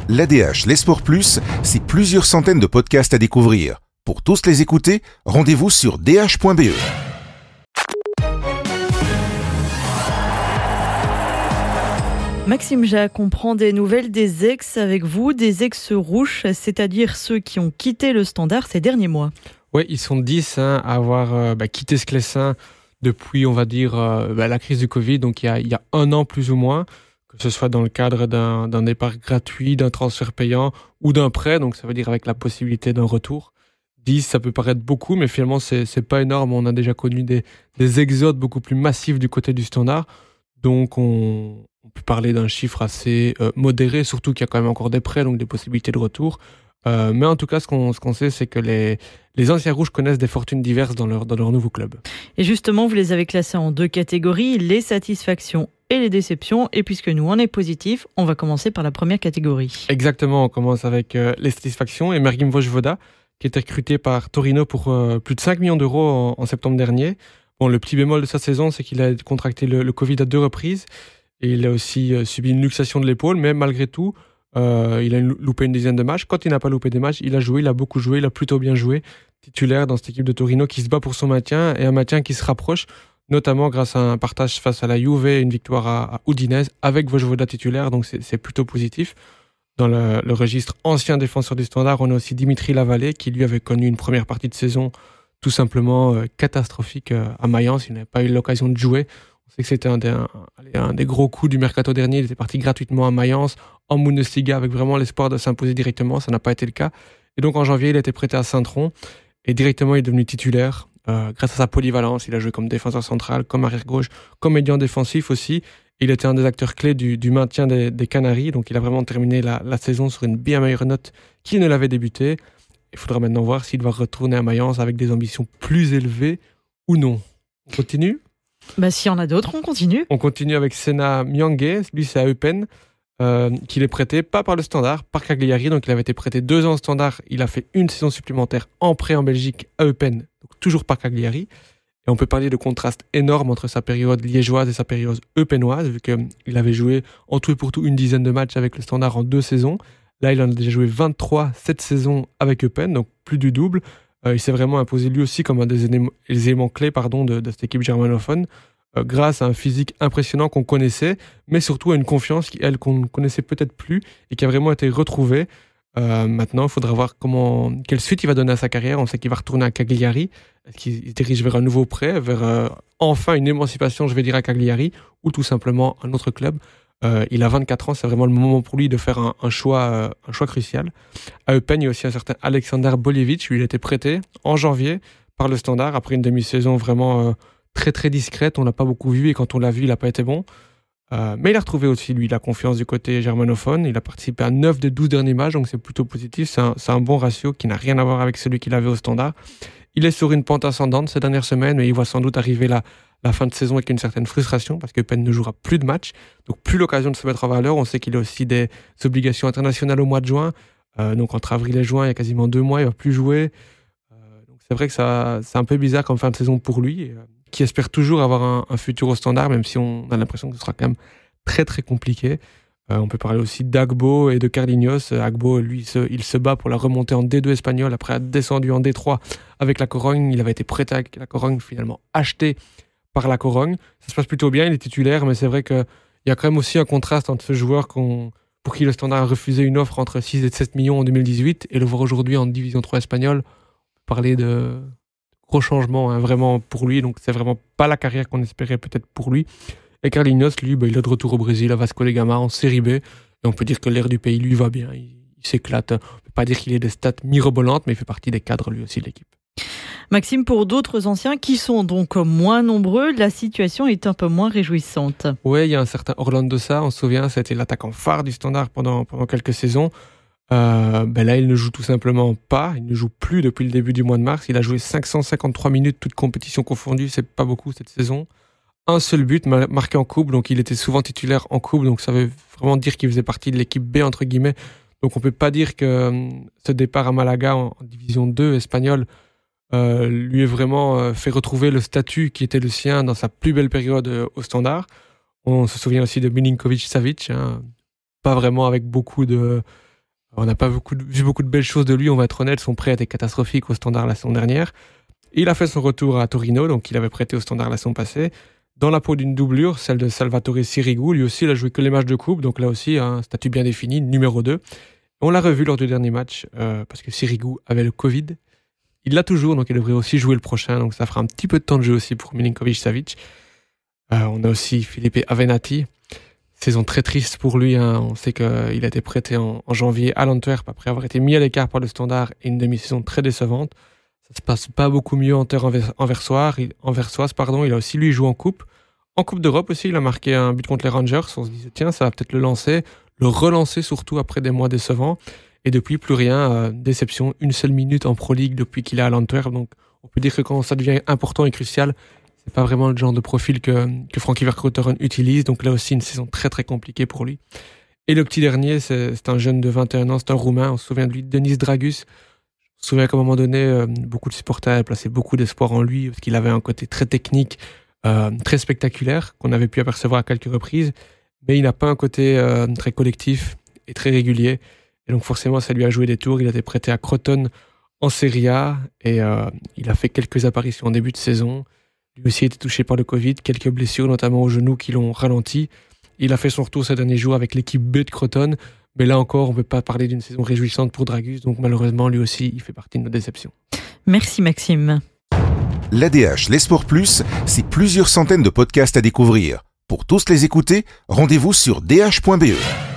L'ADH, les Sports Plus, c'est plusieurs centaines de podcasts à découvrir. Pour tous les écouter, rendez-vous sur dh.be. Maxime Jacques, on prend des nouvelles des ex avec vous, des ex-rouges, c'est-à-dire ceux qui ont quitté le Standard ces derniers mois. Oui, ils sont 10 à avoir quitté Sclessin depuis, on va dire, la crise du Covid, donc il y a un an plus ou moins, que ce soit dans le cadre d'un départ gratuit, d'un transfert payant ou d'un prêt, donc ça veut dire avec la possibilité d'un retour. 10, ça peut paraître beaucoup, mais finalement, c'est pas énorme. On a déjà connu des exodes beaucoup plus massifs du côté du Standard, donc on peut parler d'un chiffre assez modéré, surtout qu'il y a quand même encore des prêts, donc des possibilités de retour. Mais en tout cas, ce qu'on sait, c'est que les anciens rouges connaissent des fortunes diverses dans leur nouveau club. Et justement, vous les avez classés en 2 catégories, les satisfactions et les déceptions. Et puisque nous, on est positif, on va commencer par la première catégorie. Exactement, on commence avec les satisfactions. Et Mergim Vojvoda, qui était recruté par Torino pour plus de 5 millions d'euros en septembre dernier. Bon, le petit bémol de sa saison, c'est qu'il a contracté le Covid à 2 reprises. Et il a aussi subi une luxation de l'épaule, mais malgré tout, il a loupé une dizaine de matchs. Quand il n'a pas loupé des matchs, il a joué, il a beaucoup joué, il a plutôt bien joué. Titulaire dans cette équipe de Torino qui se bat pour son maintien et un maintien qui se rapproche, notamment grâce à un partage face à la Juve et une victoire à Udinese avec Vojvoda titulaire, donc c'est plutôt positif. Dans le registre ancien défenseur du Standard, on a aussi Dimitri Lavallée qui lui avait connu une première partie de saison tout simplement catastrophique à Mayence. Il n'avait pas eu l'occasion de jouer. On sait que c'était un des gros coups du mercato dernier. Il était parti gratuitement à Mayence, en Bundesliga, avec vraiment l'espoir de s'imposer directement. Ça n'a pas été le cas. Et donc en janvier, il a été prêté à Saint-Tron. Et directement, il est devenu titulaire. Grâce à sa polyvalence, il a joué comme défenseur central, comme arrière-gauche, comme médian défensif aussi. Il était un des acteurs clés du maintien des Canaries. Donc il a vraiment terminé la saison sur une bien meilleure note qu'il ne l'avait débuté. Il faudra maintenant voir s'il va retourner à Mayence avec des ambitions plus élevées ou non. On continue ? S'il y en a d'autres, on continue. On continue avec Sena Myangue. Lui, c'est à Eupen. Qu'il est prêté, pas par le Standard, par Cagliari. Donc il avait été prêté 2 ans au Standard. Il a fait une saison supplémentaire en prêt en Belgique à Eupen, donc toujours par Cagliari. Et on peut parler de contraste énorme entre sa période liégeoise et sa période eupenoise, vu qu'il avait joué en tout et pour tout une dizaine de matchs avec le Standard en 2 saisons. Là, il en a déjà joué 23 cette saison avec Eupen, donc plus du double. Il s'est vraiment imposé lui aussi comme un des éléments clés de cette équipe germanophone. Grâce à un physique impressionnant qu'on connaissait, mais surtout à une confiance qu'on ne connaissait peut-être plus et qui a vraiment été retrouvée. Maintenant, il faudra voir quelle suite il va donner à sa carrière. On sait qu'il va retourner à Cagliari, qu'il se dirige vers un nouveau prêt, vers enfin une émancipation, je vais dire, à Cagliari, ou tout simplement un autre club. Il a 24 ans, c'est vraiment le moment pour lui de faire un choix crucial. À Eupen, il y a aussi un certain Alexander Boljevic, lui il a été prêté en janvier par le Standard, après une demi-saison vraiment très très discrète, on l'a pas beaucoup vu et quand on l'a vu, il n'a pas été bon. Mais il a retrouvé aussi, lui, la confiance du côté germanophone. Il a participé à 9 des 12 derniers matchs, donc c'est plutôt positif. C'est un bon ratio qui n'a rien à voir avec celui qu'il avait au Standard. Il est sur une pente ascendante ces dernières semaines, mais il voit sans doute arriver la fin de saison avec une certaine frustration parce que Eupen ne jouera plus de matchs, donc plus l'occasion de se mettre en valeur. On sait qu'il a aussi des obligations internationales au mois de juin. Donc entre avril et juin, il y a quasiment 2 mois, il ne va plus jouer. Donc c'est vrai que c'est un peu bizarre comme fin de saison pour lui. Qui espère toujours avoir un futur au Standard, même si on a l'impression que ce sera quand même très très compliqué. On peut parler aussi d'Agbo et de Carlinhos. Agbo, lui, il se bat pour la remontée en D2 espagnol, après être descendu en D3 avec la Corogne. Il avait été prêté avec la Corogne, finalement acheté par la Corogne. Ça se passe plutôt bien, il est titulaire, mais c'est vrai qu'il y a quand même aussi un contraste entre ce joueur pour qui le Standard a refusé une offre entre 6 et 7 millions en 2018 et le voir aujourd'hui en Division 3 espagnole. On peut parler de gros changement vraiment pour lui, donc c'est vraiment pas la carrière qu'on espérait peut-être pour lui. Et Carlinhos, lui, il est de retour au Brésil à Vasco da Gama en Série B, et on peut dire que l'air du pays lui va bien, il s'éclate. On peut pas dire qu'il ait des stats mirobolantes, mais il fait partie des cadres lui aussi de l'équipe. Maxime, pour d'autres anciens qui sont donc moins nombreux, la situation est un peu moins réjouissante. Oui, il y a un certain Orlando Sa, on se souvient, c'était l'attaquant phare du Standard pendant quelques saisons. Là, il ne joue tout simplement pas. Il ne joue plus depuis le début du mois de mars. Il a joué 553 minutes, toutes compétitions confondues. C'est pas beaucoup cette saison. Un seul but marqué en coupe. Donc, il était souvent titulaire en coupe. Donc, ça veut vraiment dire qu'il faisait partie de l'équipe B, entre guillemets. Donc, on peut pas dire que ce départ à Malaga en division 2 espagnole lui ait vraiment fait retrouver le statut qui était le sien dans sa plus belle période au Standard. On se souvient aussi de Milinkovic-Savic. Pas vraiment avec beaucoup de On n'a pas vu beaucoup de belles choses de lui, on va être honnête. Son prêt était catastrophique au Standard la saison dernière. Il a fait son retour à Torino, donc il avait prêté au Standard la saison passée. Dans la peau d'une doublure, celle de Salvatore Sirigu. Lui aussi, il a joué que les matchs de coupe, donc là aussi, un statut bien défini, numéro 2. On l'a revu lors du dernier match, parce que Sirigu avait le Covid. Il l'a toujours, donc il devrait aussi jouer le prochain, donc ça fera un petit peu de temps de jeu aussi pour Milinkovic-Savic. On a aussi Felipe Avenatti. Saison très triste pour lui, hein. On sait qu'il a été prêté en janvier à l'Antwerp après avoir été mis à l'écart par le Standard et une demi-saison très décevante. Ça se passe pas beaucoup mieux en terre anversoise. Il a aussi lui joué en coupe. En Coupe d'Europe aussi, il a marqué un but contre les Rangers. On se disait tiens, ça va peut-être le relancer surtout après des mois décevants. Et depuis, plus rien. Déception, une seule minute en Pro League depuis qu'il est à l'Antwerp. Donc on peut dire que quand ça devient important et crucial, c'est pas vraiment le genre de profil que Frankie Vercouteren utilise. Donc là aussi, une saison très très compliquée pour lui. Et le petit dernier, c'est un jeune de 21 ans, c'est un Roumain. On se souvient de lui, Denis Dragus. Je me souviens qu'à un moment donné, beaucoup de supporters avaient placé beaucoup d'espoir en lui parce qu'il avait un côté très technique, très spectaculaire, qu'on avait pu apercevoir à quelques reprises. Mais il n'a pas un côté très collectif et très régulier. Et donc forcément, ça lui a joué des tours. Il a été prêté à Crotone en Serie A et il a fait quelques apparitions en début de saison. Lui aussi a été touché par le Covid, quelques blessures, notamment au genou, qui l'ont ralenti. Il a fait son retour ces derniers jours avec l'équipe B de Crotone. Mais là encore, on ne peut pas parler d'une saison réjouissante pour Dragus. Donc malheureusement, lui aussi, il fait partie de nos déceptions. Merci Maxime. L'ADH, les Sports Plus, c'est plusieurs centaines de podcasts à découvrir. Pour tous les écouter, rendez-vous sur dh.be.